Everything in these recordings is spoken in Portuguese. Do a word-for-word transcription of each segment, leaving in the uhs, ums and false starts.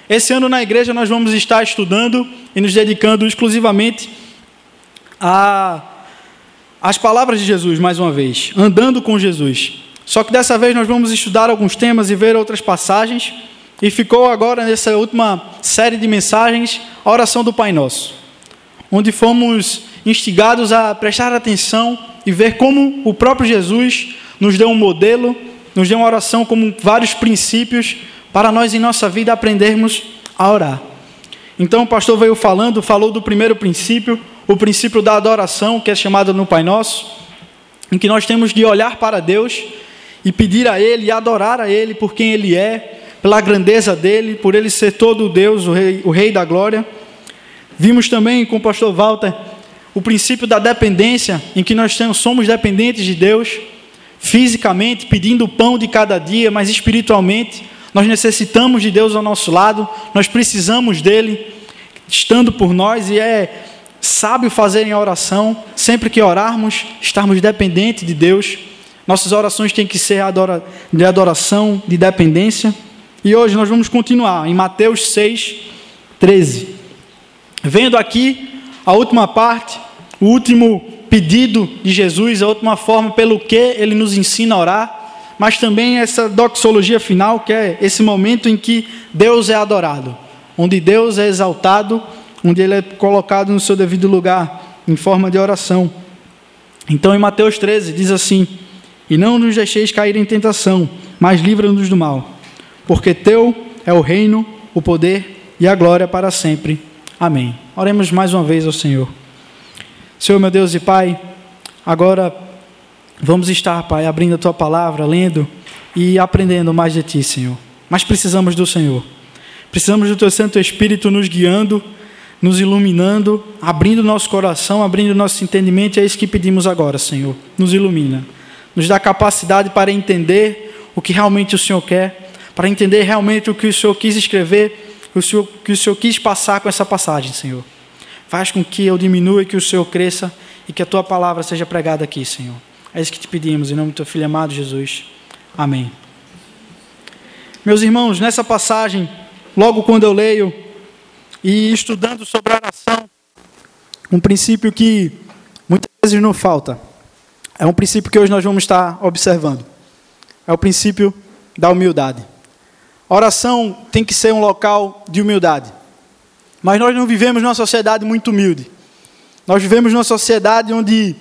Esse ano na igreja nós vamos estar estudando e nos dedicando exclusivamente a, às palavras de Jesus, mais uma vez, andando com Jesus. Só que dessa vez nós vamos estudar alguns temas e ver outras passagens, e ficou agora nessa última série de mensagens a oração do Pai Nosso, onde fomos instigados a prestar atenção e ver como o próprio Jesus nos deu um modelo, nos deu uma oração como vários princípios para nós em nossa vida aprendermos a orar. Então o pastor veio falando, falou do primeiro princípio, o princípio da adoração, que é chamado no Pai Nosso, em que nós temos de olhar para Deus e pedir a Ele, e adorar a Ele por quem Ele é, pela grandeza dEle, por Ele ser todo o Deus, o Rei, o Rei da Glória. Vimos também com o pastor Walter o princípio da dependência, em que nós temos, somos dependentes de Deus, fisicamente, pedindo o pão de cada dia, mas espiritualmente, nós necessitamos de Deus ao nosso lado, nós precisamos dEle, estando por nós, e é sábio fazer em oração, sempre que orarmos, estarmos dependentes de Deus. Nossas orações têm que ser de adoração, de dependência. E hoje nós vamos continuar em Mateus seis, treze. Vendo aqui a última parte, o último pedido de Jesus, a última forma pelo que Ele nos ensina a orar, mas também essa doxologia final, que é esse momento em que Deus é adorado, onde Deus é exaltado, onde Ele é colocado no seu devido lugar, em forma de oração. Então em Mateus treze diz assim: e não nos deixeis cair em tentação, mas livra-nos do mal, porque teu é o reino, o poder e a glória para sempre. Amém. Oremos mais uma vez ao Senhor. Senhor, meu Deus e Pai, agora vamos estar, Pai, abrindo a Tua palavra, lendo e aprendendo mais de Ti, Senhor. Mas precisamos do Senhor. Precisamos do Teu Santo Espírito nos guiando, nos iluminando, abrindo nosso coração, abrindo nosso entendimento. É isso que pedimos agora, Senhor. Nos ilumina. Nos dá capacidade para entender o que realmente o Senhor quer, para entender realmente o que o Senhor quis escrever, o Senhor, que o Senhor quis passar com essa passagem, Senhor. Faz com que eu diminua e que o Senhor cresça e que a Tua palavra seja pregada aqui, Senhor. É isso que te pedimos, em nome do Teu Filho amado Jesus. Amém. Meus irmãos, nessa passagem, logo quando eu leio e estudando sobre a oração, um princípio que muitas vezes não falta, é um princípio que hoje nós vamos estar observando. É o princípio da humildade. A oração tem que ser um local de humildade. Mas nós não vivemos numa sociedade muito humilde. Nós vivemos numa sociedade onde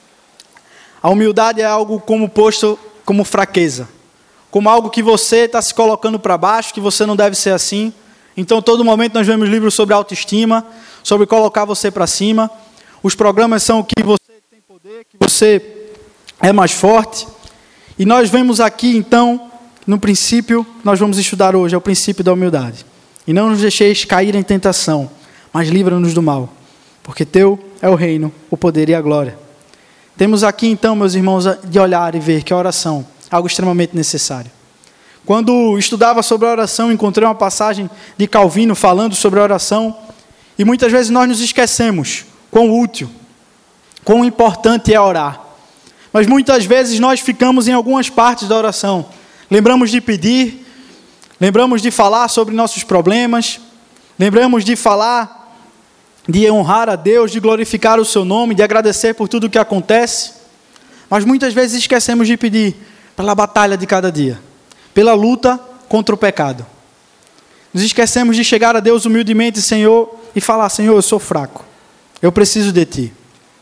a humildade é algo como posto como fraqueza. Como algo que você está se colocando para baixo, que você não deve ser assim. Então, todo momento nós vemos livros sobre autoestima, sobre colocar você para cima. Os programas são que você tem poder, que você é mais forte. E nós vemos aqui, então, no princípio, nós vamos estudar hoje, é o princípio da humildade. E não nos deixeis cair em tentação, mas livra-nos do mal, porque teu é o reino, o poder e a glória. Temos aqui, então, meus irmãos, de olhar e ver que a oração é algo extremamente necessário. Quando estudava sobre a oração, encontrei uma passagem de Calvino falando sobre a oração, e muitas vezes nós nos esquecemos quão útil, quão importante é orar. Mas muitas vezes nós ficamos em algumas partes da oração. Lembramos de pedir, lembramos de falar sobre nossos problemas, lembramos de falar, de honrar a Deus, de glorificar o seu nome, de agradecer por tudo o que acontece, mas muitas vezes esquecemos de pedir pela batalha de cada dia, pela luta contra o pecado. Nos esquecemos de chegar a Deus humildemente, Senhor, e falar: Senhor, eu sou fraco, eu preciso de Ti.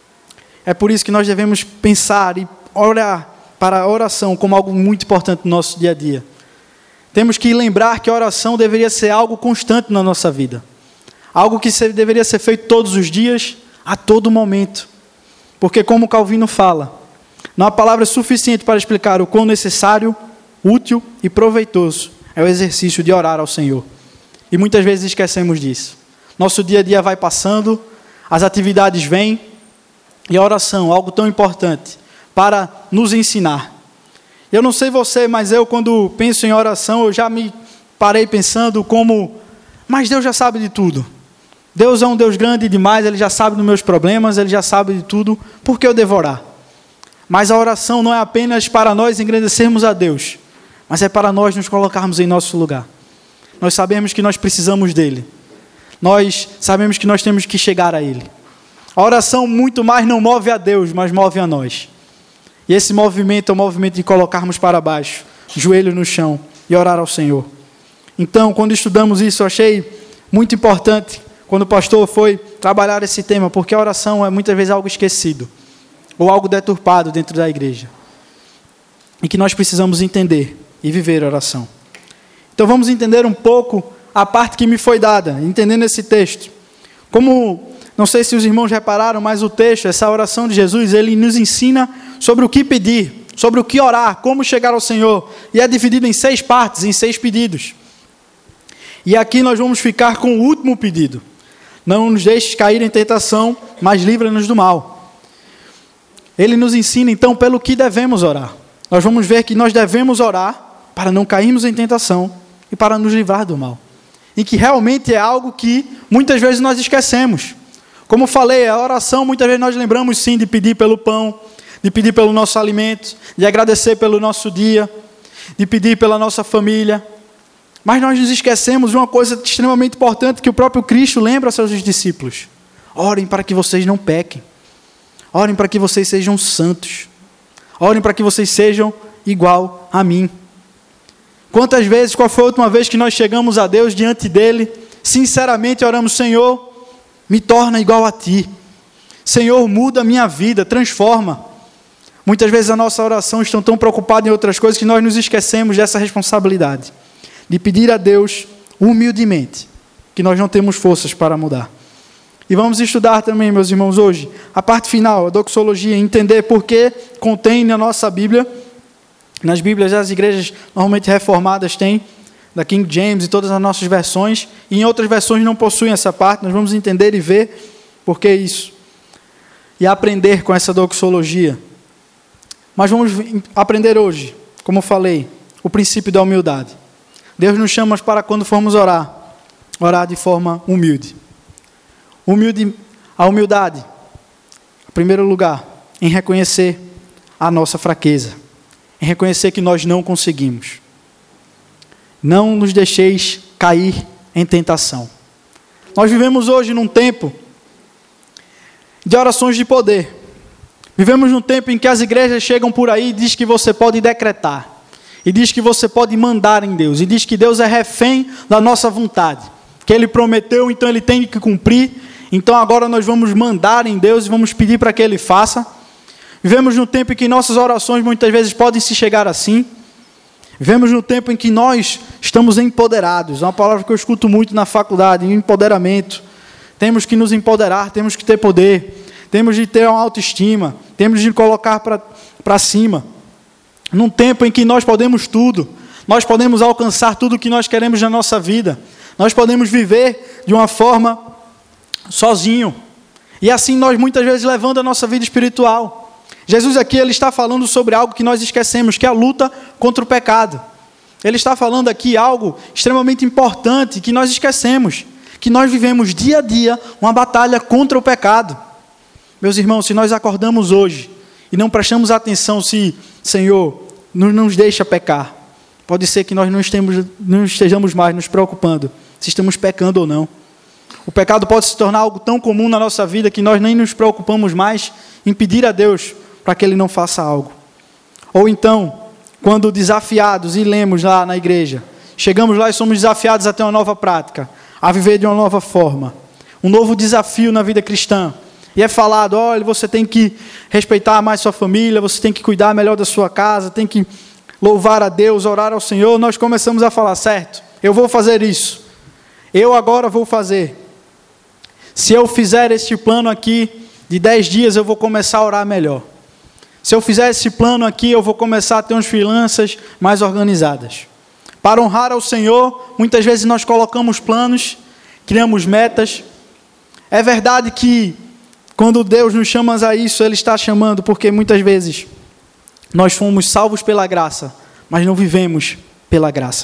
É por isso que nós devemos pensar e orar para a oração como algo muito importante no nosso dia a dia. Temos que lembrar que a oração deveria ser algo constante na nossa vida. Algo que deveria ser feito todos os dias, a todo momento. Porque, como Calvino fala, não há palavra suficiente para explicar o quão necessário, útil e proveitoso é o exercício de orar ao Senhor. E muitas vezes esquecemos disso. Nosso dia a dia vai passando, as atividades vêm, e a oração, algo tão importante para nos ensinar. Eu não sei você, mas eu, quando penso em oração, eu já me parei pensando como, mas Deus já sabe de tudo. Deus é um Deus grande demais, Ele já sabe dos meus problemas, Ele já sabe de tudo, por que eu devo orar? Mas a oração não é apenas para nós engrandecermos a Deus, mas é para nós nos colocarmos em nosso lugar. nós sabemos que nós precisamos dele. Nós sabemos que nós temos que chegar a ele. A oração muito mais não move a Deus, mas move a nós. E esse movimento é o movimento de colocarmos para baixo, joelho no chão e orar ao Senhor. Então, quando estudamos isso, eu achei muito importante quando o pastor foi trabalhar esse tema, porque a oração é muitas vezes algo esquecido, ou algo deturpado dentro da igreja. E que nós precisamos entender e viver a oração. Então vamos entender um pouco a parte que me foi dada, entendendo esse texto. Como, não sei se os irmãos repararam, mas o texto, essa oração de Jesus, ele nos ensina sobre o que pedir, sobre o que orar, como chegar ao Senhor. E é dividido em seis partes, em seis pedidos. E aqui nós vamos ficar com o último pedido. Não nos deixes cair em tentação, mas livra-nos do mal. Ele nos ensina, então, pelo que devemos orar. Nós vamos ver que nós devemos orar para não cairmos em tentação e para nos livrar do mal. E que realmente é algo que muitas vezes nós esquecemos. Como falei, a oração, muitas vezes nós lembramos sim de pedir pelo pão, de pedir pelo nosso alimento, de agradecer pelo nosso dia, de pedir pela nossa família. Mas nós nos esquecemos de uma coisa extremamente importante que o próprio Cristo lembra aos seus discípulos. Orem para que vocês não pequem. Orem para que vocês sejam santos. Orem para que vocês sejam igual a mim. Quantas vezes, qual foi a última vez que nós chegamos a Deus diante dele, sinceramente oramos, Senhor, me torna igual a ti. Senhor, muda a minha vida, transforma. Muitas vezes a nossa oração está tão preocupada em outras coisas que nós nos esquecemos dessa responsabilidade. De pedir a Deus humildemente, que nós não temos forças para mudar. E vamos estudar também, meus irmãos, hoje, a parte final, a doxologia, entender por que contém na nossa Bíblia, nas Bíblias das igrejas normalmente reformadas tem, da King James e todas as nossas versões, e em outras versões não possuem essa parte, nós vamos entender e ver por que isso. E aprender com essa doxologia. Mas vamos aprender hoje, como eu falei, o princípio da humildade. Deus nos chama para quando formos orar, orar de forma humilde. Humilde, a humildade, em primeiro lugar, em reconhecer a nossa fraqueza, em reconhecer que nós não conseguimos. Não nos deixeis cair em tentação. Nós vivemos hoje num tempo de orações de poder. Vivemos num tempo em que as igrejas chegam por aí e diz que você pode decretar. E diz que você pode mandar em Deus. E diz que Deus é refém da nossa vontade. Que Ele prometeu, então Ele tem que cumprir. Então agora nós vamos mandar em Deus e vamos pedir para que Ele faça. Vivemos num tempo em que nossas orações muitas vezes podem se chegar assim. Vivemos num tempo em que nós estamos empoderados. É uma palavra que eu escuto muito na faculdade, empoderamento. Temos que nos empoderar, temos que ter poder. Temos de ter uma autoestima. Temos de colocar para cima. Num tempo em que nós podemos tudo, nós podemos alcançar tudo o que nós queremos na nossa vida, nós podemos viver de uma forma sozinho, e assim nós muitas vezes levando a nossa vida espiritual. Jesus aqui ele está falando sobre algo que nós esquecemos, que é a luta contra o pecado. Ele está falando aqui algo extremamente importante que nós esquecemos, que nós vivemos dia a dia uma batalha contra o pecado. Meus irmãos, se nós acordamos hoje e não prestamos atenção se, Senhor, não nos deixa pecar, pode ser que nós não estejamos, não estejamos mais nos preocupando se estamos pecando ou não. O pecado pode se tornar algo tão comum na nossa vida que nós nem nos preocupamos mais em pedir a Deus para que Ele não faça algo. Ou então, quando desafiados e lemos lá na igreja, chegamos lá e somos desafiados a ter uma nova prática, a viver de uma nova forma, um novo desafio na vida cristã. E é falado, olha, você tem que respeitar mais sua família, você tem que cuidar melhor da sua casa, tem que louvar a Deus, orar ao Senhor. Nós começamos a falar, certo, eu vou fazer isso. Eu agora vou fazer. Se eu fizer este plano aqui, de dez dias eu vou começar a orar melhor. Se eu fizer esse plano aqui, eu vou começar a ter umas finanças mais organizadas. Para honrar ao Senhor, muitas vezes nós colocamos planos, criamos metas. É verdade que quando Deus nos chama a isso, Ele está chamando, porque muitas vezes nós fomos salvos pela graça, mas não vivemos pela graça.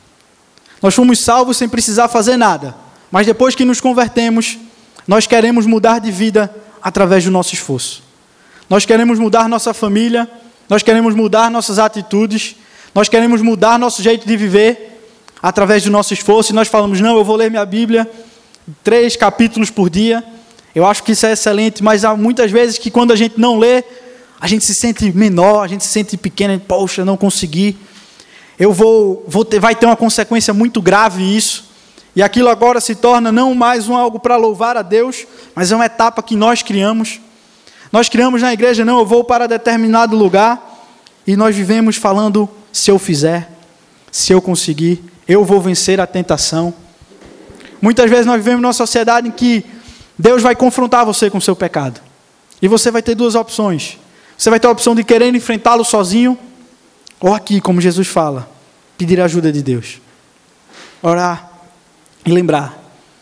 Nós fomos salvos sem precisar fazer nada, mas depois que nos convertemos, nós queremos mudar de vida através do nosso esforço. Nós queremos mudar nossa família, nós queremos mudar nossas atitudes, nós queremos mudar nosso jeito de viver através do nosso esforço, e nós falamos, não, eu vou ler minha Bíblia, três capítulos por dia. Eu acho que isso é excelente, mas há muitas vezes que quando a gente não lê, a gente se sente menor, a gente se sente pequeno, poxa, não consegui. Eu vou, vou ter, vai ter uma consequência muito grave isso. E aquilo agora se torna não mais um algo para louvar a Deus, mas é uma etapa que nós criamos. Nós criamos na igreja, não, eu vou para determinado lugar, e nós vivemos falando, se eu fizer, se eu conseguir, eu vou vencer a tentação. Muitas vezes nós vivemos numa sociedade em que Deus vai confrontar você com o seu pecado. E você vai ter duas opções. Você vai ter a opção de querer enfrentá-lo sozinho, ou aqui, como Jesus fala, pedir a ajuda de Deus. Orar e lembrar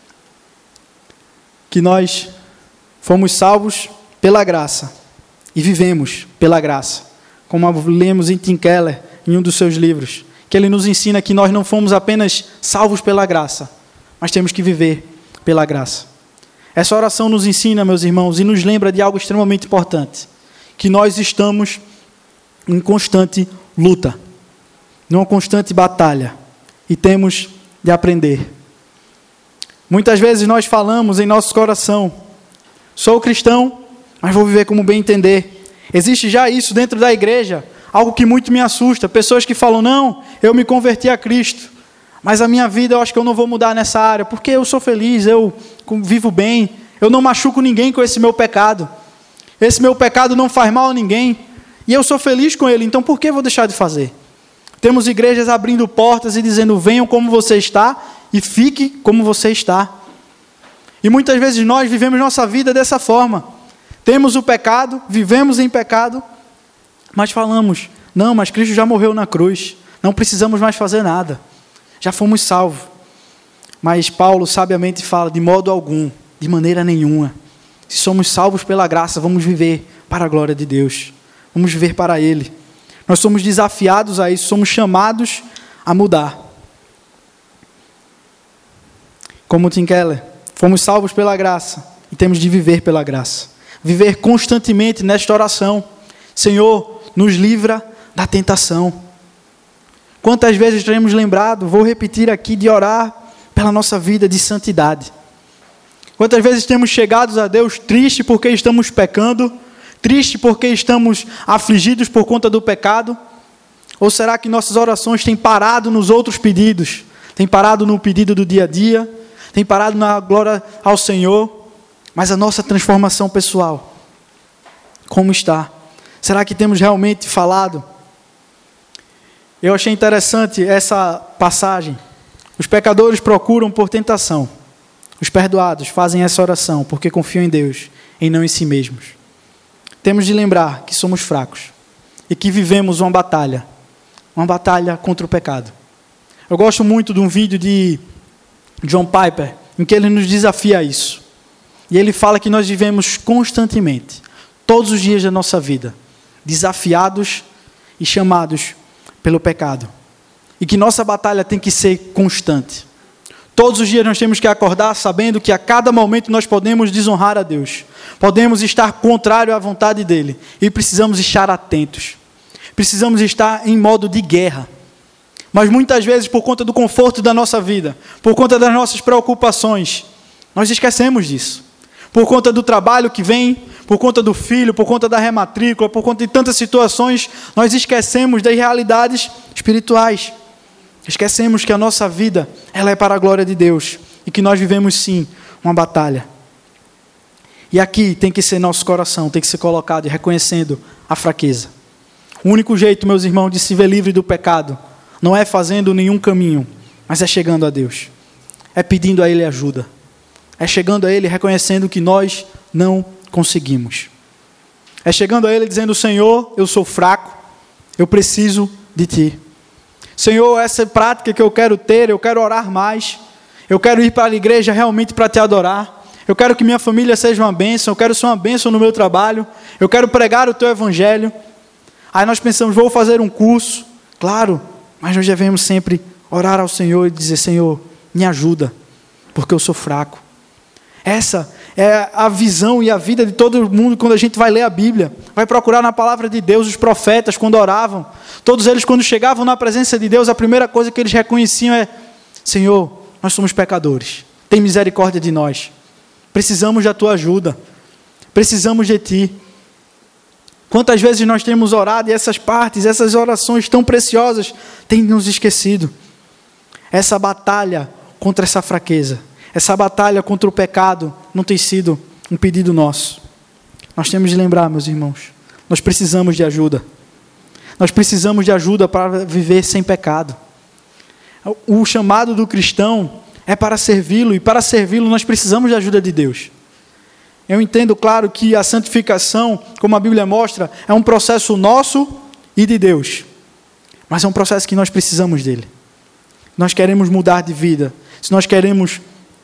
que nós fomos salvos pela graça e vivemos pela graça. Como lemos em Tim Keller, em um dos seus livros, que ele nos ensina que nós não fomos apenas salvos pela graça, mas temos que viver pela graça. Essa oração nos ensina, meus irmãos, e nos lembra de algo extremamente importante, que nós estamos em constante luta, numa constante batalha, e temos de aprender. Muitas vezes nós falamos em nosso coração, sou cristão, mas vou viver como bem entender. Existe já isso dentro da igreja, algo que muito me assusta, pessoas que falam, não, eu me converti a Cristo, mas a minha vida eu acho que eu não vou mudar nessa área, porque eu sou feliz, eu vivo bem, eu não machuco ninguém com esse meu pecado, esse meu pecado não faz mal a ninguém, e eu sou feliz com ele, então por que eu vou deixar de fazer? Temos igrejas abrindo portas e dizendo, venham como você está, e fique como você está. E muitas vezes nós vivemos nossa vida dessa forma, temos o pecado, vivemos em pecado, mas falamos, não, mas Cristo já morreu na cruz, não precisamos mais fazer nada, já fomos salvos. Mas Paulo sabiamente fala, de modo algum, de maneira nenhuma, se somos salvos pela graça, vamos viver para a glória de Deus, vamos viver para Ele. Nós somos desafiados a isso, somos chamados a mudar. Como Tim Keller, fomos salvos pela graça e temos de viver pela graça. Viver constantemente nesta oração. Senhor, nos livra da tentação. Quantas vezes teremos lembrado, vou repetir aqui, de orar pela nossa vida de santidade. Quantas vezes temos chegado a Deus triste porque estamos pecando, triste porque estamos afligidos por conta do pecado? Ou será que nossas orações têm parado nos outros pedidos? Têm parado no pedido do dia a dia? Têm parado na glória ao Senhor? Mas a nossa transformação pessoal, como está? Será que temos realmente falado? Eu achei interessante essa passagem. Os pecadores procuram por tentação. Os perdoados fazem essa oração porque confiam em Deus, e não em si mesmos. Temos de lembrar que somos fracos e que vivemos uma batalha, uma batalha contra o pecado. Eu gosto muito de um vídeo de John Piper, em que ele nos desafia a isso. E ele fala que nós vivemos constantemente, todos os dias da nossa vida, desafiados e chamados pelo pecado. E que nossa batalha tem que ser constante. Todos os dias nós temos que acordar sabendo que a cada momento nós podemos desonrar a Deus. Podemos estar contrário à vontade dEle. E precisamos estar atentos. Precisamos estar em modo de guerra. Mas muitas vezes, por conta do conforto da nossa vida, por conta das nossas preocupações, nós esquecemos disso. Por conta do trabalho que vem, por conta do filho, por conta da rematrícula, por conta de tantas situações, nós esquecemos das realidades espirituais. Esquecemos que a nossa vida, ela é para a glória de Deus e que nós vivemos sim uma batalha. E aqui tem que ser nosso coração, tem que ser colocado e reconhecendo a fraqueza. O único jeito, meus irmãos, de se ver livre do pecado não é fazendo nenhum caminho, mas é chegando a Deus. É pedindo a Ele ajuda. É chegando a Ele reconhecendo que nós não conseguimos. É chegando a Ele dizendo, Senhor, eu sou fraco, eu preciso de Ti. Senhor, essa prática que eu quero ter, eu quero orar mais, eu quero ir para a igreja realmente para Te adorar, eu quero que minha família seja uma bênção, eu quero ser uma bênção no meu trabalho, eu quero pregar o Teu Evangelho. Aí nós pensamos, vou fazer um curso, claro, mas nós devemos sempre orar ao Senhor e dizer, Senhor, me ajuda, porque eu sou fraco. Essa é a visão e a vida de todo mundo quando a gente vai ler a Bíblia. Vai procurar na palavra de Deus, os profetas quando oravam. Todos eles quando chegavam na presença de Deus, a primeira coisa que eles reconheciam é, Senhor, nós somos pecadores, tem misericórdia de nós, precisamos da tua ajuda, precisamos de ti. Quantas vezes nós temos orado e essas partes, essas orações tão preciosas têm nos esquecido. Essa batalha contra essa fraqueza, essa batalha contra o pecado não tem sido um pedido nosso. Nós temos de lembrar, meus irmãos, nós precisamos de ajuda. Nós precisamos de ajuda para viver sem pecado. O chamado do cristão é para servi-lo, e para servi-lo nós precisamos da ajuda de Deus. Eu entendo, claro, que a santificação, como a Bíblia mostra, é um processo nosso e de Deus. Mas é um processo que nós precisamos dele. Nós queremos mudar de vida. Se nós queremos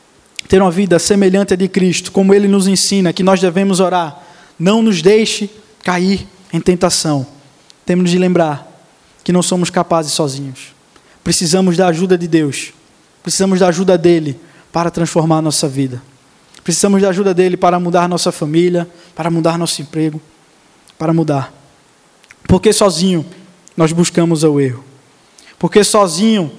ter uma vida semelhante à de Cristo, como Ele nos ensina, que nós devemos orar, não nos deixe cair em tentação. Temos de lembrar que não somos capazes sozinhos. Precisamos da ajuda de Deus. Precisamos da ajuda dEle para transformar a nossa vida. Precisamos da ajuda dEle para mudar nossa família, para mudar nosso emprego, para mudar. Porque sozinho nós buscamos o erro. Porque sozinho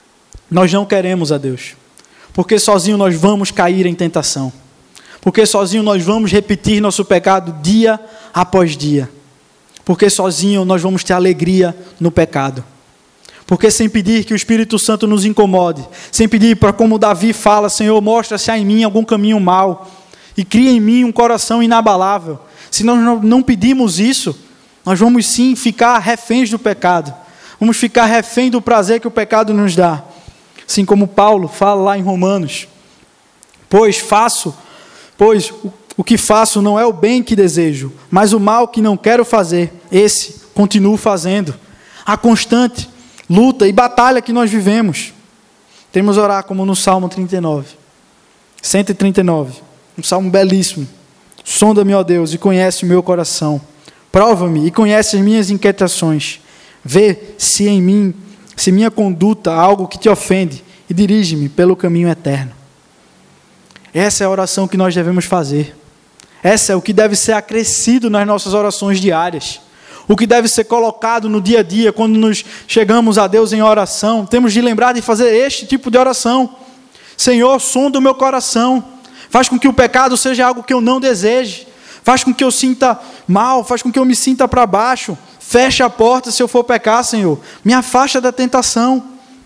nós não queremos a Deus. Porque sozinho nós vamos cair em tentação. Porque sozinho nós vamos repetir nosso pecado dia após dia. Porque sozinho nós vamos ter alegria no pecado. Porque sem pedir que o Espírito Santo nos incomode, sem pedir para, como Davi fala, Senhor, mostra se há em mim algum caminho mau e cria em mim um coração inabalável. Se nós não pedimos isso, nós vamos sim ficar reféns do pecado. Vamos ficar refém do prazer que o pecado nos dá. Assim como Paulo fala lá em Romanos. Pois faço, pois o, o que faço não é o bem que desejo, mas o mal que não quero fazer, esse continuo fazendo. A constante luta e batalha que nós vivemos. Temos que orar como no Salmo trinta e nove. cento e trinta e nove. Um salmo belíssimo. Sonda-me, ó Deus, e conhece o meu coração. Prova-me e conhece as minhas inquietações. Vê se em mim, se minha conduta há algo que te ofende, e dirige-me pelo caminho eterno. Essa é a oração que nós devemos fazer. Essa é o que deve ser acrescido nas nossas orações diárias. O que deve ser colocado no dia a dia, quando nos chegamos a Deus em oração, temos de lembrar de fazer este tipo de oração. Senhor, sonda o meu coração, faz com que o pecado seja algo que eu não deseje, faz com que eu sinta mal, faz com que eu me sinta para baixo, fecha a porta se eu for pecar, Senhor, me afasta da tentação.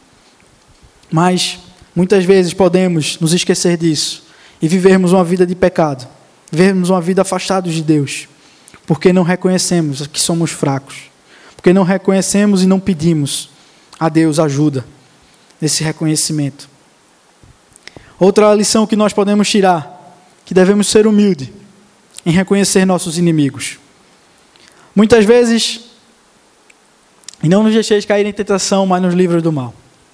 Mas, muitas vezes podemos nos esquecer disso, e vivermos uma vida de pecado, vivermos uma vida afastados de Deus, porque não reconhecemos que somos fracos, porque não reconhecemos e não pedimos a Deus ajuda nesse reconhecimento. Outra lição que nós podemos tirar, que devemos ser humildes em reconhecer nossos inimigos. Muitas vezes, e não nos deixeis cair em tentação, mas nos livra do mal.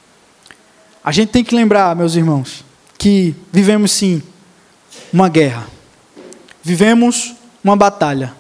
A gente tem que lembrar, meus irmãos, que vivemos sim uma guerra, vivemos uma batalha.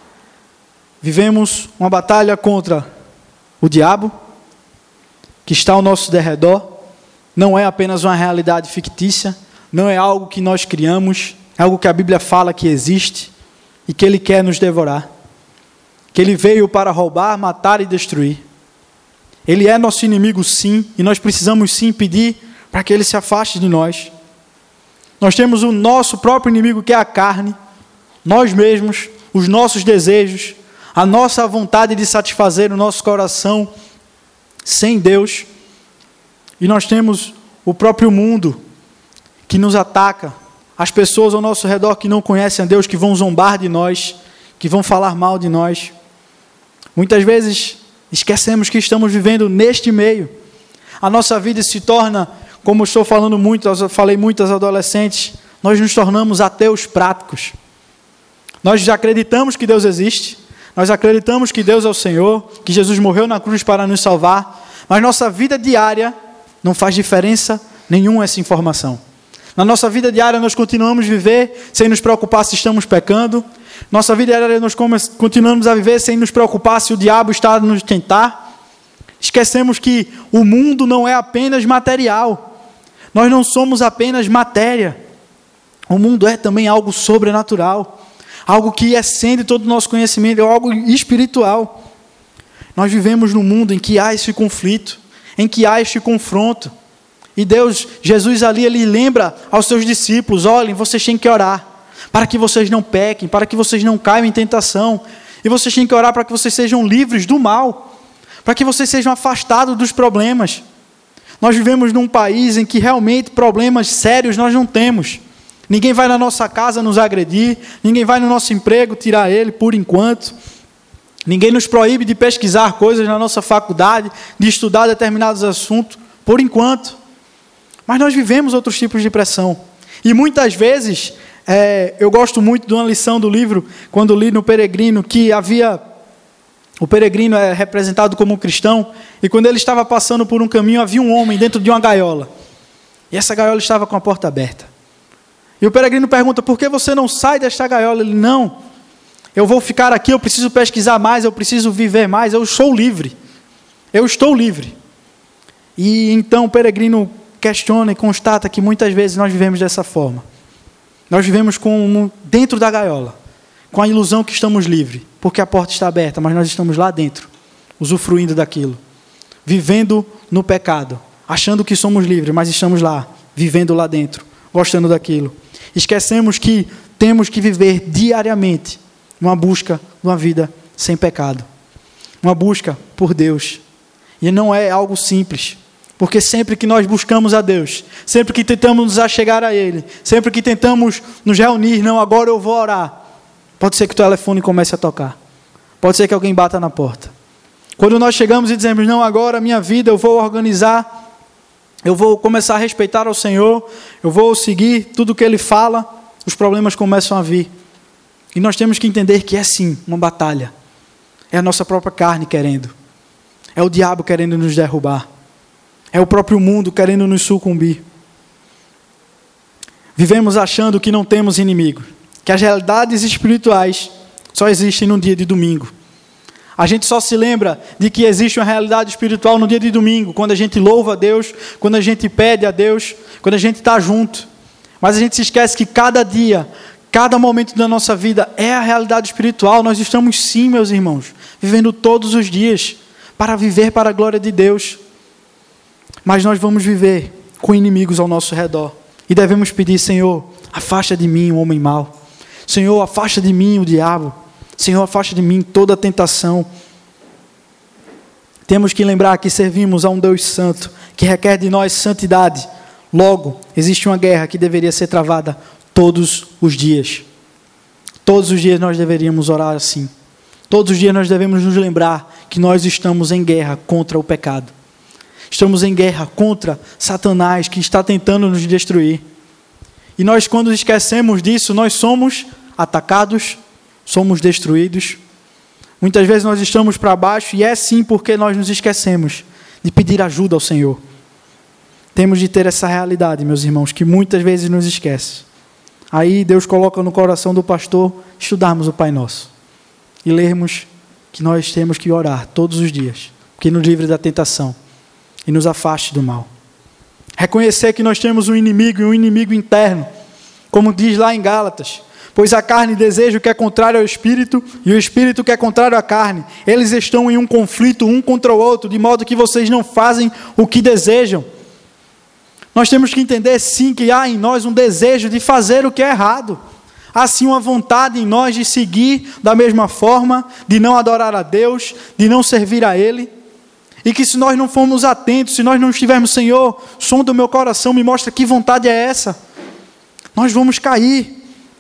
Vivemos uma batalha contra o diabo, que está ao nosso derredor. Não é apenas uma realidade fictícia, não é algo que nós criamos, é algo que a Bíblia fala que existe e que Ele quer nos devorar. Que Ele veio para roubar, matar e destruir. Ele é nosso inimigo sim, e nós precisamos sim pedir para que Ele se afaste de nós. Nós temos o nosso próprio inimigo, que é a carne, nós mesmos, os nossos desejos, a nossa vontade de satisfazer o nosso coração sem Deus. E nós temos o próprio mundo que nos ataca, as pessoas ao nosso redor que não conhecem a Deus, que vão zombar de nós, que vão falar mal de nós. Muitas vezes esquecemos que estamos vivendo neste meio. A nossa vida se torna, como eu estou falando muito, eu falei muito aos adolescentes, nós nos tornamos ateus práticos. Nós já acreditamos que Deus existe, nós acreditamos que Deus é o Senhor, que Jesus morreu na cruz para nos salvar, mas nossa vida diária não faz diferença nenhuma essa informação. Na nossa vida diária nós continuamos a viver sem nos preocupar se estamos pecando. Nossa vida diária nós continuamos a viver sem nos preocupar se o diabo está a nos tentar. Esquecemos que o mundo não é apenas material. Nós não somos apenas matéria. O mundo é também algo sobrenatural. Algo que excede todo o nosso conhecimento, é algo espiritual. Nós vivemos num mundo em que há esse conflito, em que há este confronto, E Deus, Jesus ali, ele lembra aos seus discípulos: olhem, vocês têm que orar, para que vocês não pequem, para que vocês não caiam em tentação. E vocês têm que orar para que vocês sejam livres do mal, para que vocês sejam afastados dos problemas. Nós vivemos num país em que realmente problemas sérios nós não temos. Ninguém vai na nossa casa nos agredir, ninguém vai no nosso emprego tirar ele por enquanto. Ninguém nos proíbe de pesquisar coisas na nossa faculdade, de estudar determinados assuntos, por enquanto. Mas nós vivemos outros tipos de pressão. E muitas vezes, é, eu gosto muito de uma lição do livro, quando li no Peregrino, que havia... O peregrino é representado como um cristão, e quando ele estava passando por um caminho, havia um homem dentro de uma gaiola. E essa gaiola estava com a porta aberta. E o peregrino pergunta: por que você não sai desta gaiola? Ele: não, eu vou ficar aqui, eu preciso pesquisar mais, eu preciso viver mais, eu sou livre. Eu estou livre. E então o peregrino questiona e constata que muitas vezes nós vivemos dessa forma. Nós vivemos com, dentro da gaiola, com a ilusão que estamos livres, porque a porta está aberta, mas nós estamos lá dentro, usufruindo daquilo, vivendo no pecado, achando que somos livres, mas estamos lá, vivendo lá dentro, gostando daquilo. Esquecemos que temos que viver diariamente uma busca de uma vida sem pecado, uma busca por Deus. E não é algo simples, porque sempre que nós buscamos a Deus, sempre que tentamos nos achegar a Ele, sempre que tentamos nos reunir: não, agora eu vou orar, pode ser que o telefone comece a tocar, pode ser que alguém bata na porta. Quando nós chegamos e dizemos: não, agora a minha vida eu vou organizar, eu vou começar a respeitar ao Senhor, eu vou seguir tudo o que Ele fala, os problemas começam a vir. E nós temos que entender que é sim uma batalha. É a nossa própria carne querendo. É o diabo querendo nos derrubar. É o próprio mundo querendo nos sucumbir. Vivemos achando que não temos inimigo, que as realidades espirituais só existem no dia de domingo. A gente só se lembra de que existe uma realidade espiritual no dia de domingo, quando a gente louva a Deus, quando a gente pede a Deus, quando a gente está junto. Mas a gente se esquece que cada dia, cada momento da nossa vida é a realidade espiritual. Nós estamos sim, meus irmãos, vivendo todos os dias para viver para a glória de Deus. Mas nós vamos viver com inimigos ao nosso redor. E devemos pedir: Senhor, afasta de mim o homem mau. Senhor, afasta de mim o diabo. Senhor, afasta de mim toda a tentação. Temos que lembrar que servimos a um Deus santo, que requer de nós santidade. Logo, existe uma guerra que deveria ser travada todos os dias. Todos os dias nós deveríamos orar assim. Todos os dias nós devemos nos lembrar que nós estamos em guerra contra o pecado. Estamos em guerra contra Satanás, que está tentando nos destruir. E nós, quando esquecemos disso, nós somos atacados, somos destruídos. Muitas vezes nós estamos para baixo, e é sim porque nós nos esquecemos de pedir ajuda ao Senhor. Temos de ter essa realidade, meus irmãos, que muitas vezes nos esquece. Aí Deus coloca no coração do pastor estudarmos o Pai Nosso e lermos que nós temos que orar todos os dias, que nos livre da tentação e nos afaste do mal. Reconhecer que nós temos um inimigo, e um inimigo interno, como diz lá em Gálatas: pois a carne deseja o que é contrário ao Espírito, e o Espírito que é contrário à carne. Eles estão em um conflito um contra o outro, de modo que vocês não fazem o que desejam. Nós temos que entender sim que há em nós um desejo de fazer o que é errado. Há sim uma vontade em nós de seguir da mesma forma, de não adorar a Deus, de não servir a Ele. E que se nós não formos atentos, se nós não estivermos: Senhor, som do meu coração, me mostra que vontade é essa, nós vamos cair.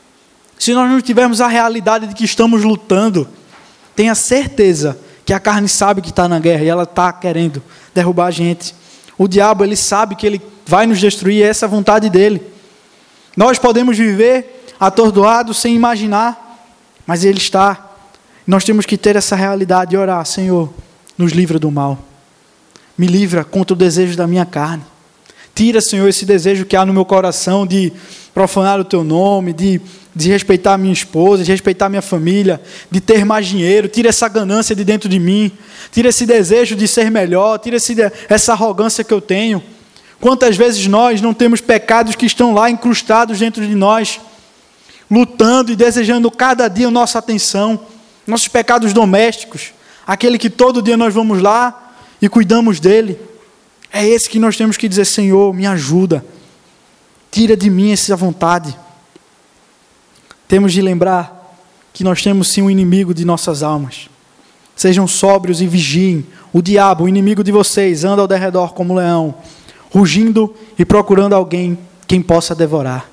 Se nós não tivermos a realidade de que estamos lutando, tenha certeza que a carne sabe que está na guerra e ela está querendo derrubar a gente. O diabo, ele sabe que ele vai nos destruir, é essa a vontade dele. Nós podemos viver atordoados sem imaginar, mas ele está. Nós temos que ter essa realidade e orar: Senhor, nos livra do mal. Me livra contra o desejo da minha carne. Tira, Senhor, esse desejo que há no meu coração de profanar o Teu nome, de, de respeitar a minha esposa, de respeitar a minha família, de ter mais dinheiro. Tira essa ganância de dentro de mim. Tira esse desejo de ser melhor. Tira esse, essa arrogância que eu tenho. Quantas vezes nós não temos pecados que estão lá incrustados dentro de nós, lutando e desejando cada dia a nossa atenção. Nossos pecados domésticos, aquele que todo dia nós vamos lá e cuidamos dele. É esse que nós temos que dizer: Senhor, me ajuda. Tira de mim essa vontade. Temos de lembrar que nós temos sim um inimigo de nossas almas. Sejam sóbrios e vigiem. O diabo, o inimigo de vocês, anda ao derredor como um leão, rugindo e procurando alguém quem possa devorar.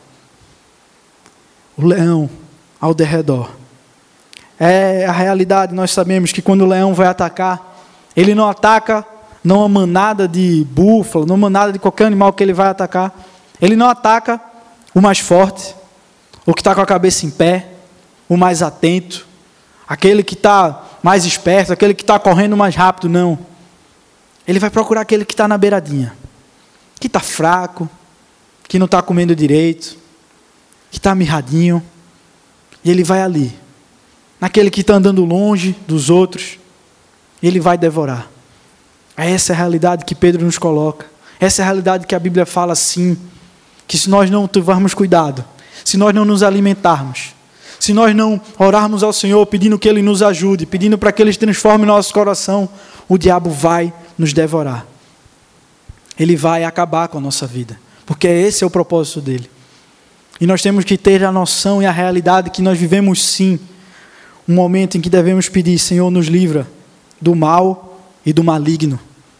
O leão ao derredor. É a realidade. Nós sabemos que quando o leão vai atacar, ele não ataca não uma manada de búfalo, não uma manada de qualquer animal que ele vai atacar. Ele não ataca o mais forte, o que está com a cabeça em pé, o mais atento, aquele que está mais esperto, aquele que está correndo mais rápido, não. Ele vai procurar aquele que está na beiradinha, que está fraco, que não está comendo direito, que está mirradinho, e ele vai ali, naquele que está andando longe dos outros, e ele vai devorar. Essa é a realidade que Pedro nos coloca, essa é a realidade que a Bíblia fala sim, que se nós não tivermos cuidado, se nós não nos alimentarmos, se nós não orarmos ao Senhor pedindo que Ele nos ajude, pedindo para que Ele transforme nosso coração, o diabo vai nos devorar. Ele vai acabar com a nossa vida, porque esse é o propósito dele. E nós temos que ter a noção e a realidade que nós vivemos sim, um momento em que devemos pedir: Senhor, nos livra do mal e do maligno.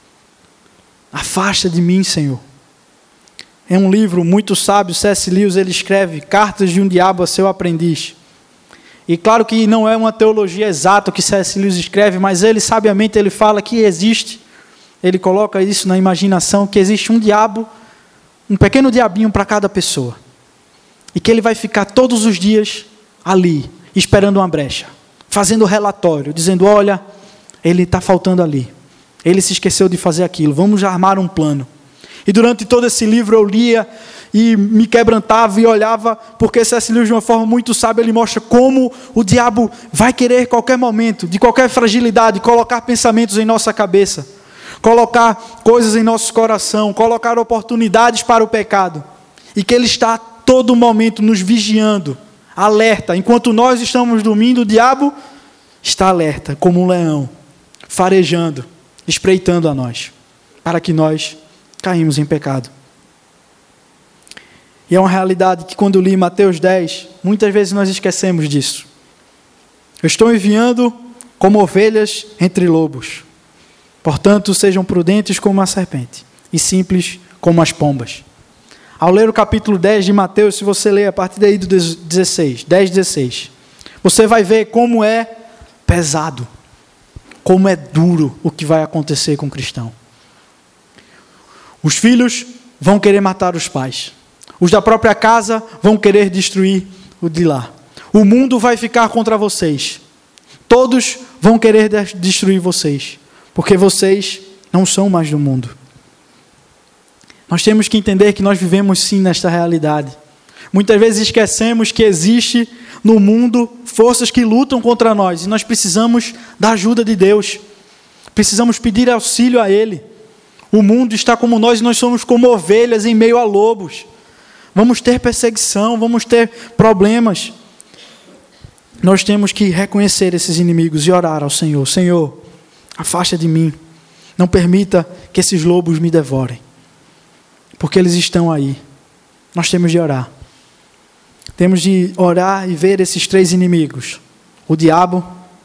Afasta de mim, Senhor. É um livro muito sábio, C S Lewis, ele escreve Cartas de um Diabo a Seu Aprendiz. E claro que não é uma teologia exata o que C S Lewis escreve, mas ele sabiamente ele fala que existe, ele coloca isso na imaginação, que existe um diabo, um pequeno diabinho para cada pessoa. E que ele vai ficar todos os dias ali, esperando uma brecha, fazendo relatório, dizendo: olha, ele está faltando ali, ele se esqueceu de fazer aquilo, vamos armar um plano. E durante todo esse livro eu lia e me quebrantava e olhava, porque C S Lewis, de uma forma muito sábia, ele mostra como o diabo vai querer, a qualquer momento, de qualquer fragilidade, colocar pensamentos em nossa cabeça, colocar coisas em nosso coração, colocar oportunidades para o pecado, e que ele está a todo momento nos vigiando, alerta. Enquanto nós estamos dormindo, o diabo está alerta, como um leão, farejando, espreitando a nós, para que nós caímos em pecado. E é uma realidade que, quando eu li Mateus dez, muitas vezes nós esquecemos disso. Eu estou enviando como ovelhas entre lobos. Portanto, sejam prudentes como a serpente e simples como as pombas. Ao ler o capítulo dez de Mateus, se você ler a partir daí do dezesseis, dez, dezesseis, você vai ver como é pesado, como é duro o que vai acontecer com o cristão. Os filhos vão querer matar os pais. Os da própria casa vão querer destruir o de lá. O mundo vai ficar contra vocês. Todos vão querer destruir vocês, porque vocês não são mais do mundo. Nós temos que entender que nós vivemos sim nesta realidade. Muitas vezes esquecemos que existe no mundo forças que lutam contra nós, e nós precisamos da ajuda de Deus. Precisamos pedir auxílio a Ele. O mundo está como nós, e nós somos como ovelhas em meio a lobos. Vamos ter perseguição, vamos ter problemas. Nós temos que reconhecer esses inimigos e orar ao Senhor. Senhor, afasta de mim. Não permita que esses lobos me devorem, porque eles estão aí. Nós temos de orar. Temos de orar e ver esses três inimigos: o diabo,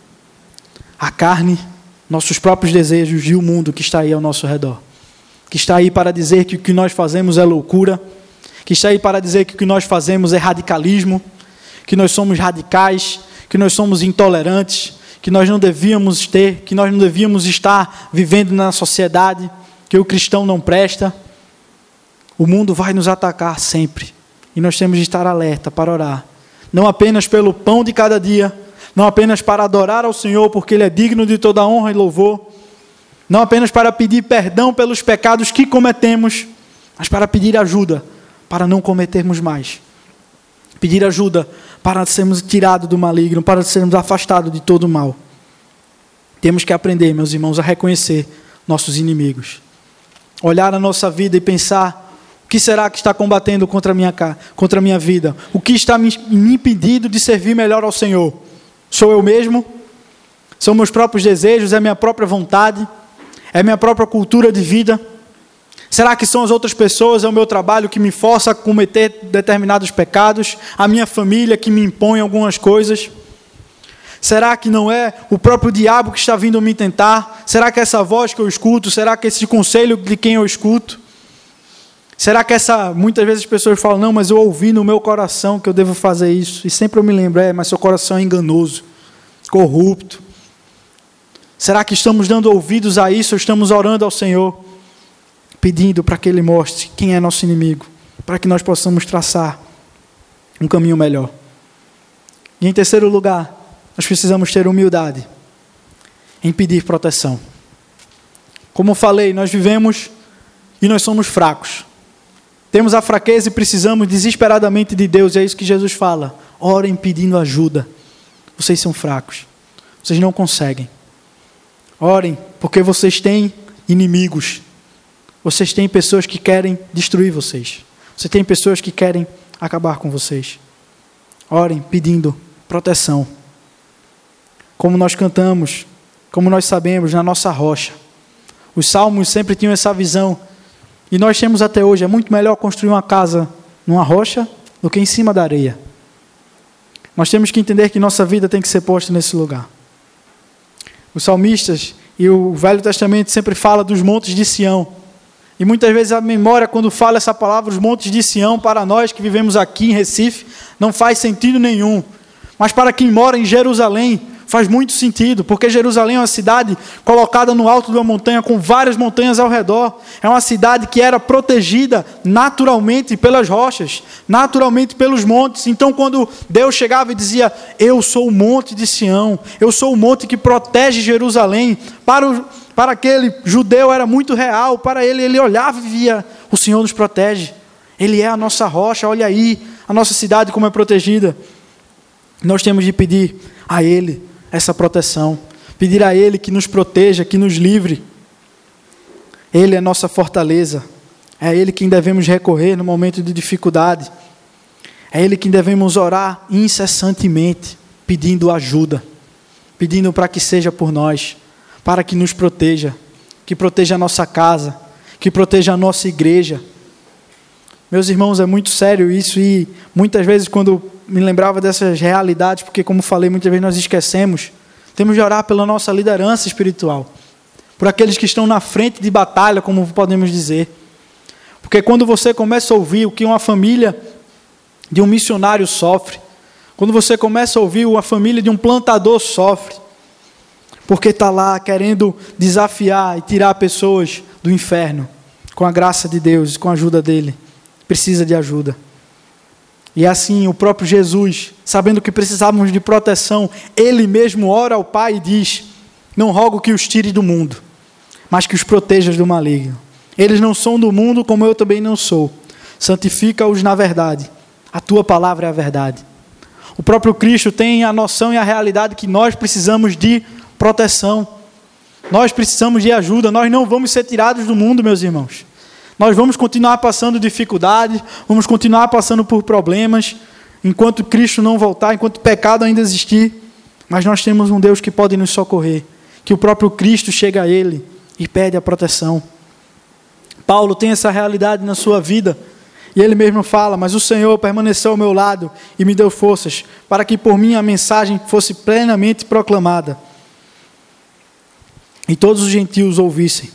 a carne, nossos próprios desejos e o mundo que está aí ao nosso redor. Que está aí para dizer que o que nós fazemos é loucura, que está aí para dizer que o que nós fazemos é radicalismo, que nós somos radicais, que nós somos intolerantes, que nós não devíamos ter, que nós não devíamos estar vivendo na sociedade, que o cristão não presta. O mundo vai nos atacar sempre, e nós temos de estar alerta para orar, não apenas pelo pão de cada dia, não apenas para adorar ao Senhor, porque Ele é digno de toda honra e louvor, não apenas para pedir perdão pelos pecados que cometemos, mas para pedir ajuda para não cometermos mais. Pedir ajuda para sermos tirados do maligno, para sermos afastados de todo o mal. Temos que aprender, meus irmãos, a reconhecer nossos inimigos. Olhar a nossa vida e pensar: o que será que está combatendo contra a minha, contra a minha vida? O que está me, me impedindo de servir melhor ao Senhor? Sou eu mesmo? São meus próprios desejos? É minha própria vontade? É minha própria cultura de vida? Será que são as outras pessoas, é o meu trabalho que me força a cometer determinados pecados? A minha família que me impõe algumas coisas? Será que não é o próprio diabo que está vindo me tentar? Será que essa voz que eu escuto? Será que esse conselho de quem eu escuto? Será que essa... Muitas vezes as pessoas falam, não, mas eu ouvi no meu coração que eu devo fazer isso. E sempre eu me lembro, é, mas seu coração é enganoso, corrupto. Será que estamos dando ouvidos a isso ou estamos orando ao Senhor, pedindo para que Ele mostre quem é nosso inimigo, para que nós possamos traçar um caminho melhor? E em terceiro lugar, nós precisamos ter humildade em pedir proteção. Como falei, nós vivemos e nós somos fracos. Temos a fraqueza e precisamos desesperadamente de Deus, e é isso que Jesus fala. Orem pedindo ajuda. Vocês são fracos. Vocês não conseguem. Orem, porque vocês têm inimigos. Vocês têm pessoas que querem destruir vocês. Você tem pessoas que querem acabar com vocês. Orem pedindo proteção. Como nós cantamos, como nós sabemos, na nossa rocha. Os salmos sempre tinham essa visão. E nós temos até hoje. É muito melhor construir uma casa numa rocha do que em cima da areia. Nós temos que entender que nossa vida tem que ser posta nesse lugar. Os salmistas e o Velho Testamento sempre fala dos montes de Sião. E muitas vezes a memória, quando fala essa palavra, os montes de Sião, para nós que vivemos aqui em Recife, não faz sentido nenhum. Mas para quem mora em Jerusalém, faz muito sentido, porque Jerusalém é uma cidade colocada no alto de uma montanha, com várias montanhas ao redor. É uma cidade que era protegida naturalmente pelas rochas, naturalmente pelos montes. Então, quando Deus chegava e dizia, eu sou o monte de Sião, eu sou o monte que protege Jerusalém, para, o, para aquele judeu era muito real, para ele, ele olhava e via, o Senhor nos protege, Ele é a nossa rocha, olha aí, a nossa cidade como é protegida. Nós temos de pedir a Ele essa proteção, pedir a Ele que nos proteja, que nos livre. Ele é nossa fortaleza, é a Ele quem devemos recorrer no momento de dificuldade, é a Ele quem devemos orar incessantemente, pedindo ajuda, pedindo para que seja por nós, para que nos proteja, que proteja a nossa casa, que proteja a nossa igreja. Meus irmãos, é muito sério isso, e muitas vezes quando me lembrava dessas realidades, porque como falei, muitas vezes nós esquecemos, temos de orar pela nossa liderança espiritual, por aqueles que estão na frente de batalha, como podemos dizer. Porque quando você começa a ouvir o que uma família de um missionário sofre, quando você começa a ouvir a família de um plantador sofre, porque está lá querendo desafiar e tirar pessoas do inferno, com a graça de Deus, com a ajuda dEle, precisa de ajuda. E assim, o próprio Jesus, sabendo que precisávamos de proteção, Ele mesmo ora ao Pai e diz, não rogo que os tire do mundo, mas que os protejas do maligno. Eles não são do mundo, como eu também não sou. Santifica-os na verdade. A tua palavra é a verdade. O próprio Cristo tem a noção e a realidade que nós precisamos de proteção. Nós precisamos de ajuda. Nós não vamos ser tirados do mundo, meus irmãos. Nós vamos continuar passando dificuldades, vamos continuar passando por problemas, enquanto Cristo não voltar, enquanto o pecado ainda existir. Mas nós temos um Deus que pode nos socorrer, que o próprio Cristo chega a Ele e pede a proteção. Paulo tem essa realidade na sua vida, e ele mesmo fala, mas o Senhor permaneceu ao meu lado e me deu forças, para que por mim a mensagem fosse plenamente proclamada, e todos os gentios ouvissem.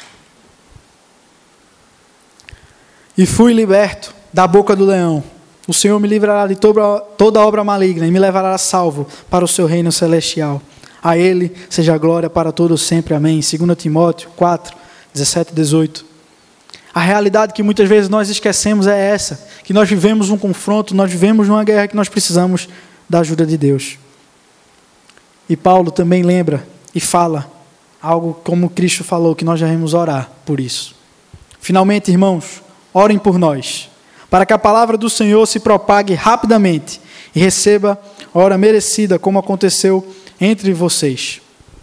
E fui liberto da boca do leão. O Senhor me livrará de toda, toda obra maligna e me levará salvo para o seu reino celestial. A Ele seja a glória para todos sempre. Amém. Segundo Timóteo quatro, dezessete e dezoito. A realidade que muitas vezes nós esquecemos é essa, que nós vivemos um confronto, nós vivemos uma guerra que nós precisamos da ajuda de Deus. E Paulo também lembra e fala algo como Cristo falou, que nós devemos orar por isso. Finalmente, irmãos, orem por nós, para que a palavra do Senhor se propague rapidamente e receba a hora merecida, como aconteceu entre vocês.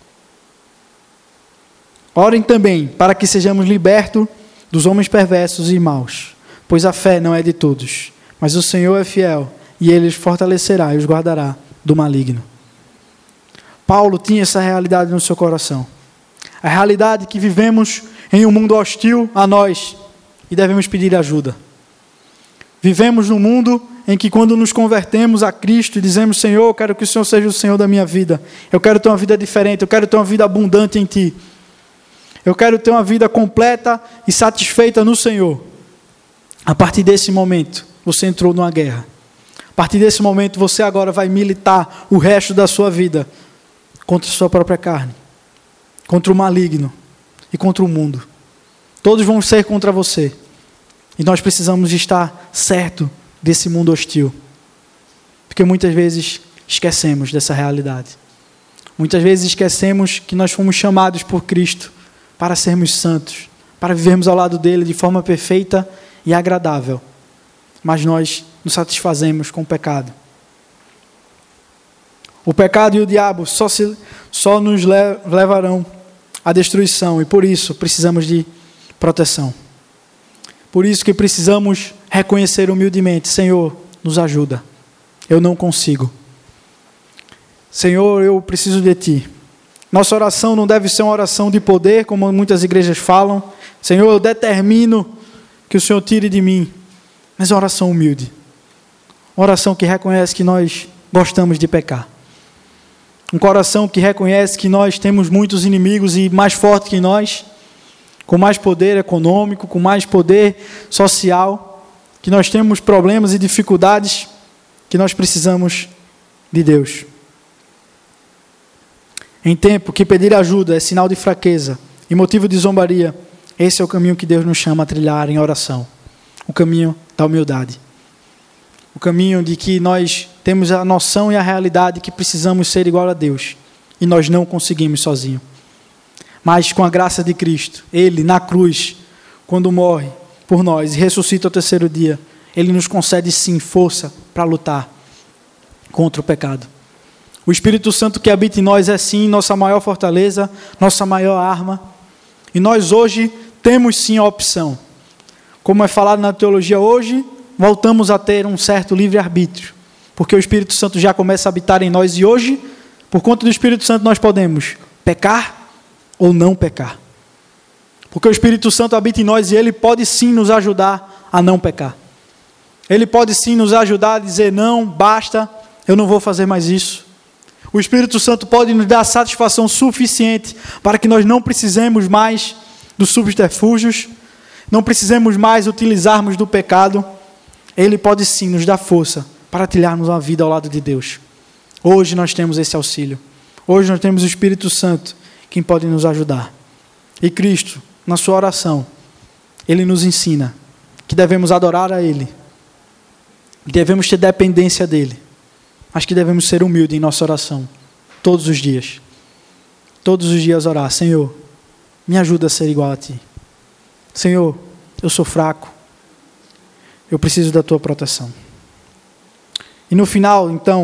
Orem também para que sejamos libertos dos homens perversos e maus, pois a fé não é de todos, mas o Senhor é fiel e Ele os fortalecerá e os guardará do maligno. Paulo tinha essa realidade no seu coração. A realidade que vivemos em um mundo hostil a nós e devemos pedir ajuda. Vivemos num mundo em que quando nos convertemos a Cristo e dizemos: Senhor, eu quero que o Senhor seja o Senhor da minha vida, eu quero ter uma vida diferente, eu quero ter uma vida abundante em Ti, eu quero ter uma vida completa e satisfeita no Senhor. A partir desse momento, você entrou numa guerra. A partir desse momento, você agora vai militar o resto da sua vida contra a sua própria carne, contra o maligno e contra o mundo. Todos vão ser contra você. E nós precisamos estar certo desse mundo hostil. Porque muitas vezes esquecemos dessa realidade. Muitas vezes esquecemos que nós fomos chamados por Cristo para sermos santos, para vivermos ao lado dele de forma perfeita e agradável. Mas nós nos satisfazemos com o pecado. O pecado e o diabo só, se, só nos levarão à destruição, e por isso precisamos de proteção. Por isso que precisamos reconhecer humildemente: Senhor, nos ajuda. Eu não consigo. Senhor, eu preciso de Ti. Nossa oração não deve ser uma oração de poder, como muitas igrejas falam. Senhor, eu determino que o Senhor tire de mim. Mas uma oração humilde. Uma oração que reconhece que nós gostamos de pecar. Um coração que reconhece que nós temos muitos inimigos e mais forte que nós, com mais poder econômico, com mais poder social, que nós temos problemas e dificuldades, que nós precisamos de Deus. Em tempo que pedir ajuda é sinal de fraqueza e motivo de zombaria, esse é o caminho que Deus nos chama a trilhar em oração. O caminho da humildade. O caminho de que nós temos a noção e a realidade que precisamos ser igual a Deus. E nós não conseguimos sozinhos. Mas com a graça de Cristo, Ele na cruz, quando morre por nós e ressuscita ao terceiro dia, Ele nos concede sim força para lutar contra o pecado. O Espírito Santo que habita em nós é sim nossa maior fortaleza, nossa maior arma. E nós hoje temos sim a opção. Como é falado na teologia hoje, voltamos a ter um certo livre-arbítrio. Porque o Espírito Santo já começa a habitar em nós e hoje, por conta do Espírito Santo, nós podemos pecar ou não pecar. Porque o Espírito Santo habita em nós e Ele pode sim nos ajudar a não pecar. Ele pode sim nos ajudar a dizer: não, basta, eu não vou fazer mais isso. O Espírito Santo pode nos dar satisfação suficiente para que nós não precisemos mais dos subterfúgios, não precisemos mais utilizarmos do pecado. Ele pode sim nos dar força para trilharmos uma vida ao lado de Deus. Hoje nós temos esse auxílio. Hoje nós temos o Espírito Santo, quem pode nos ajudar. E Cristo, na sua oração, Ele nos ensina que devemos adorar a Ele, que devemos ter dependência dEle, mas que devemos ser humildes em nossa oração, todos os dias. Todos os dias orar: Senhor, me ajuda a ser igual a Ti. Senhor, eu sou fraco, eu preciso da Tua proteção. E no final, então,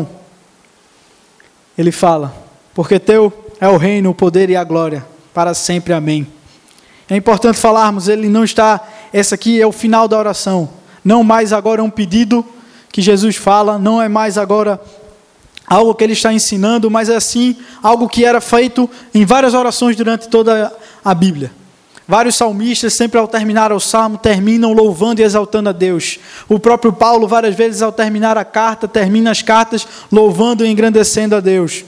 Ele fala: porque Teu é o reino, o poder e a glória, para sempre, amém. É importante falarmos, ele não está, essa aqui é o final da oração, não mais agora um pedido que Jesus fala, não é mais agora algo que ele está ensinando, mas é sim algo que era feito em várias orações durante toda a Bíblia. Vários salmistas, sempre ao terminar o salmo, terminam louvando e exaltando a Deus. O próprio Paulo, várias vezes, ao terminar a carta, termina as cartas louvando e engrandecendo a Deus.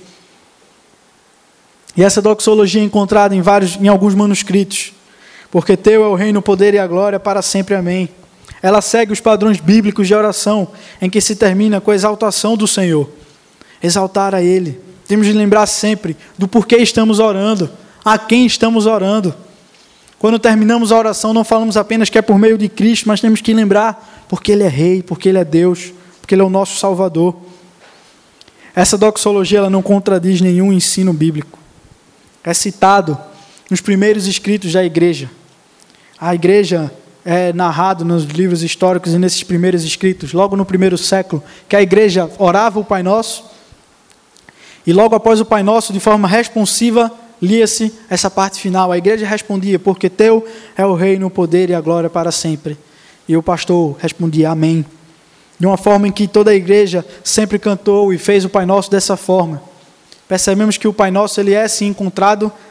E essa doxologia é encontrada em, vários, em alguns manuscritos. Porque Teu é o reino, o poder e a glória para sempre, amém. Ela segue os padrões bíblicos de oração, em que se termina com a exaltação do Senhor. Exaltar a Ele. Temos de lembrar sempre do porquê estamos orando, a quem estamos orando. Quando terminamos a oração, não falamos apenas que é por meio de Cristo, mas temos que lembrar porque Ele é Rei, porque Ele é Deus, porque Ele é o nosso Salvador. Essa doxologia ela não contradiz nenhum ensino bíblico. É citado nos primeiros escritos da igreja. A igreja é narrado nos livros históricos e nesses primeiros escritos, logo no primeiro século, que a igreja orava o Pai Nosso, e logo após o Pai Nosso, de forma responsiva, lia-se essa parte final. A igreja respondia: porque Teu é o reino, o poder e a glória para sempre. E o pastor respondia: amém. De uma forma em que toda a igreja sempre cantou e fez o Pai Nosso dessa forma. Percebemos que o Pai Nosso ele é sim encontrado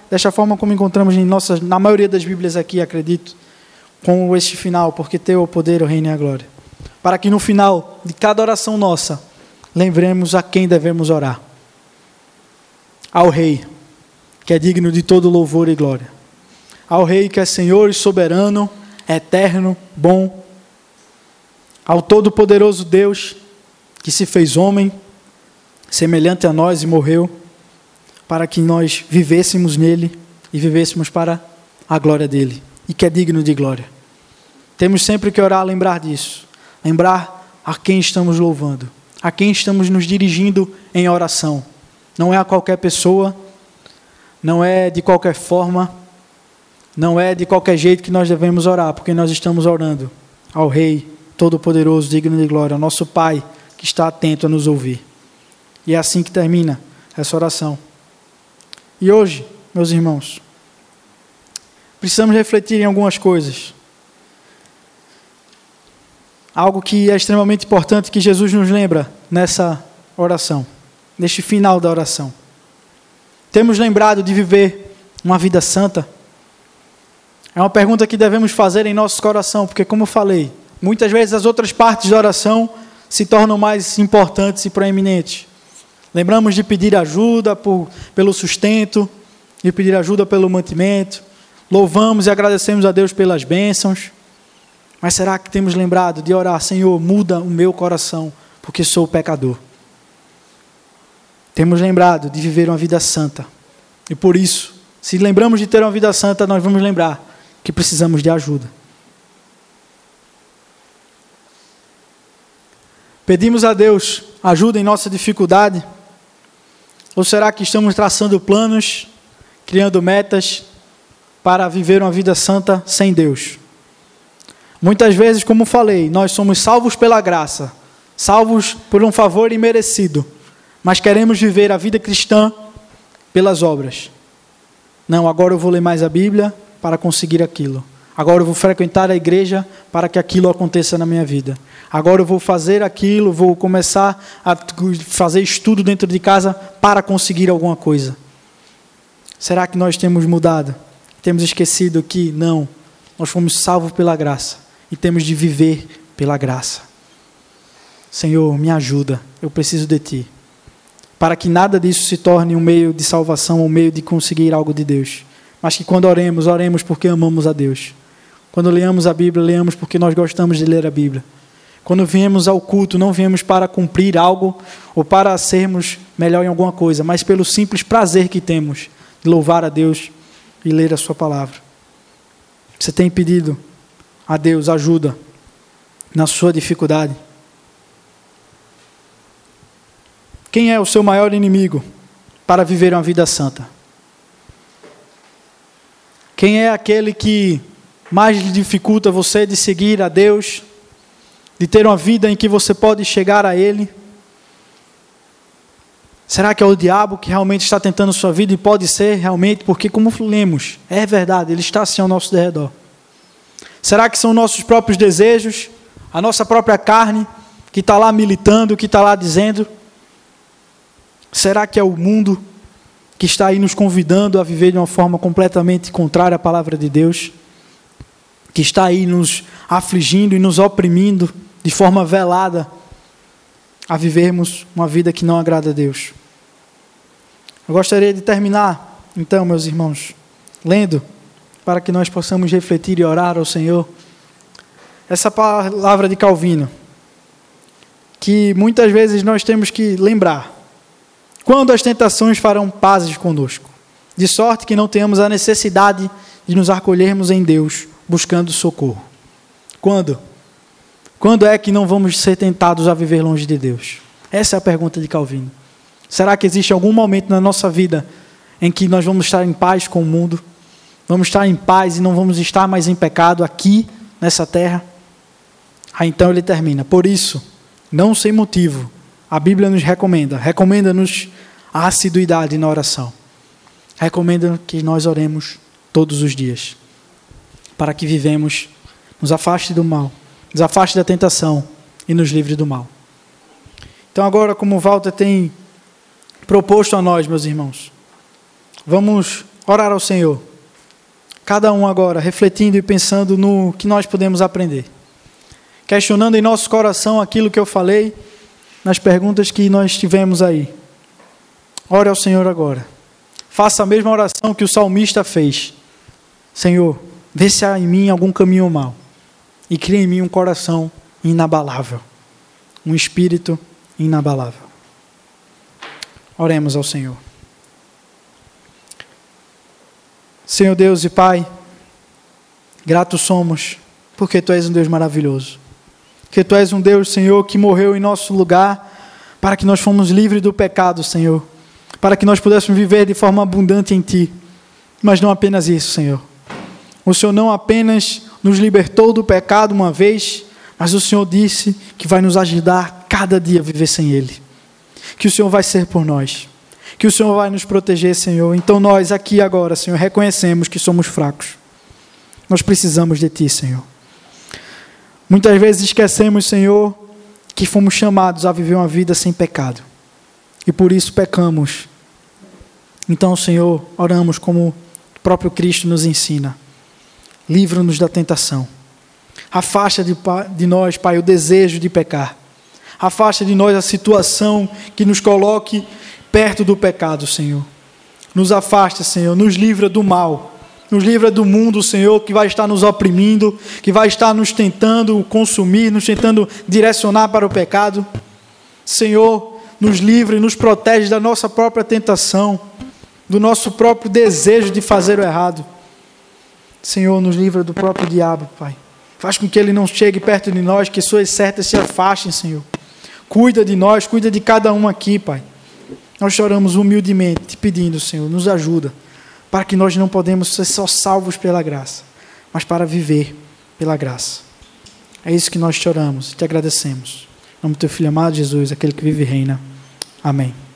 desta forma como encontramos em nossas, na maioria das Bíblias aqui, acredito, com este final, porque teu é o poder, o reino e a glória. Para que no final de cada oração nossa, lembremos a quem devemos orar. Ao Rei, que é digno de todo louvor e glória. Ao Rei que é Senhor e soberano, eterno, bom. Ao todo-poderoso Deus, que se fez homem, semelhante a nós e morreu, para que nós vivêssemos nele e vivêssemos para a glória dele, e que é digno de glória. Temos sempre que orar, lembrar disso, lembrar a quem estamos louvando, a quem estamos nos dirigindo em oração. Não é a qualquer pessoa, não é de qualquer forma, não é de qualquer jeito que nós devemos orar, porque nós estamos orando ao Rei Todo-Poderoso, digno de glória, ao nosso Pai, que está atento a nos ouvir. E é assim que termina essa oração. E hoje, meus irmãos, precisamos refletir em algumas coisas. Algo que é extremamente importante que Jesus nos lembra nessa oração, neste final da oração. Temos lembrado de viver uma vida santa? É uma pergunta que devemos fazer em nosso coração, porque como eu falei, muitas vezes as outras partes da oração se tornam mais importantes e proeminentes. Lembramos de pedir ajuda por, pelo sustento, de pedir ajuda pelo mantimento, louvamos e agradecemos a Deus pelas bênçãos, mas será que temos lembrado de orar, Senhor, muda o meu coração, porque sou pecador? Temos lembrado de viver uma vida santa, e por isso, se lembramos de ter uma vida santa, nós vamos lembrar que precisamos de ajuda. Pedimos a Deus ajuda em nossa dificuldade? Ou será que estamos traçando planos, criando metas para viver uma vida santa sem Deus? Muitas vezes, como falei, nós somos salvos pela graça, salvos por um favor imerecido, mas queremos viver a vida cristã pelas obras. Não, agora eu vou ler mais a Bíblia para conseguir aquilo. Agora eu vou frequentar a igreja para que aquilo aconteça na minha vida. Agora eu vou fazer aquilo, vou começar a fazer estudo dentro de casa para conseguir alguma coisa. Será que nós temos mudado? Temos esquecido que não, nós fomos salvos pela graça e temos de viver pela graça. Senhor, me ajuda, eu preciso de Ti. Para que nada disso se torne um meio de salvação, um meio de conseguir algo de Deus. Mas que quando oremos, oremos porque amamos a Deus. Quando leamos a Bíblia, leamos porque nós gostamos de ler a Bíblia. Quando viemos ao culto, não viemos para cumprir algo ou para sermos melhor em alguma coisa, mas pelo simples prazer que temos de louvar a Deus e ler a sua palavra. Você tem pedido a Deus ajuda na sua dificuldade? Quem é o seu maior inimigo para viver uma vida santa? Quem é aquele que mais lhe dificulta você de seguir a Deus, de ter uma vida em que você pode chegar a Ele? Será que é o diabo que realmente está tentando sua vida? E pode ser realmente, porque como lemos, é verdade, ele está assim ao nosso derredor. Será que são nossos próprios desejos, a nossa própria carne, que está lá militando, que está lá dizendo? Será que é o mundo que está aí nos convidando a viver de uma forma completamente contrária à palavra de Deus? Que está aí nos afligindo e nos oprimindo de forma velada a vivermos uma vida que não agrada a Deus? Eu gostaria de terminar, então, meus irmãos, lendo, para que nós possamos refletir e orar ao Senhor, essa palavra de Calvino, que muitas vezes nós temos que lembrar. Quando as tentações farão pazes conosco, de sorte que não tenhamos a necessidade de nos acolhermos em Deus, buscando socorro. Quando? Quando é que não vamos ser tentados a viver longe de Deus? Essa é a pergunta de Calvino. Será que existe algum momento na nossa vida em que nós vamos estar em paz com o mundo? Vamos estar em paz e não vamos estar mais em pecado aqui, nessa terra? Aí então ele termina. Por isso, não sem motivo, a Bíblia nos recomenda, recomenda-nos a assiduidade na oração. Recomenda que nós oremos todos os dias, para que vivemos, nos afaste do mal, nos afaste da tentação e nos livre do mal. Então agora, como o Walter tem proposto a nós, meus irmãos, vamos orar ao Senhor. Cada um agora refletindo e pensando no que nós podemos aprender. Questionando em nosso coração aquilo que eu falei, nas perguntas que nós tivemos aí. Ore ao Senhor agora. Faça a mesma oração que o salmista fez. Senhor, vê se há em mim algum caminho mau. E cria em mim um coração inabalável. Um espírito inabalável. Oremos ao Senhor. Senhor Deus e Pai, gratos somos, porque Tu és um Deus maravilhoso. Que Tu és um Deus, Senhor, que morreu em nosso lugar, para que nós fomos livres do pecado, Senhor. Para que nós pudéssemos viver de forma abundante em Ti. Mas não apenas isso, Senhor. O Senhor não apenas nos libertou do pecado uma vez, mas o Senhor disse que vai nos ajudar cada dia a viver sem Ele. Que o Senhor vai ser por nós. Que o Senhor vai nos proteger, Senhor. Então nós aqui agora, Senhor, reconhecemos que somos fracos. Nós precisamos de Ti, Senhor. Muitas vezes esquecemos, Senhor, que fomos chamados a viver uma vida sem pecado. E por isso pecamos. Então, Senhor, oramos como o próprio Cristo nos ensina. Livra-nos da tentação. Afasta de, de nós, Pai, o desejo de pecar. Afasta de nós a situação que nos coloque perto do pecado, Senhor. Nos afasta, Senhor, nos livra do mal. Nos livra do mundo, Senhor, que vai estar nos oprimindo, que vai estar nos tentando consumir, nos tentando direcionar para o pecado. Senhor, nos livra e nos protege da nossa própria tentação, do nosso próprio desejo de fazer o errado. Senhor, nos livra do próprio diabo, Pai. Faz com que ele não chegue perto de nós, que suas setas se afastem, Senhor. Cuida de nós, cuida de cada um aqui, Pai. Nós choramos humildemente, te pedindo, Senhor, nos ajuda, para que nós não podemos ser só salvos pela graça, mas para viver pela graça. É isso que nós choramos e te agradecemos. Em nome do Teu Filho amado Jesus, aquele que vive e reina. Amém.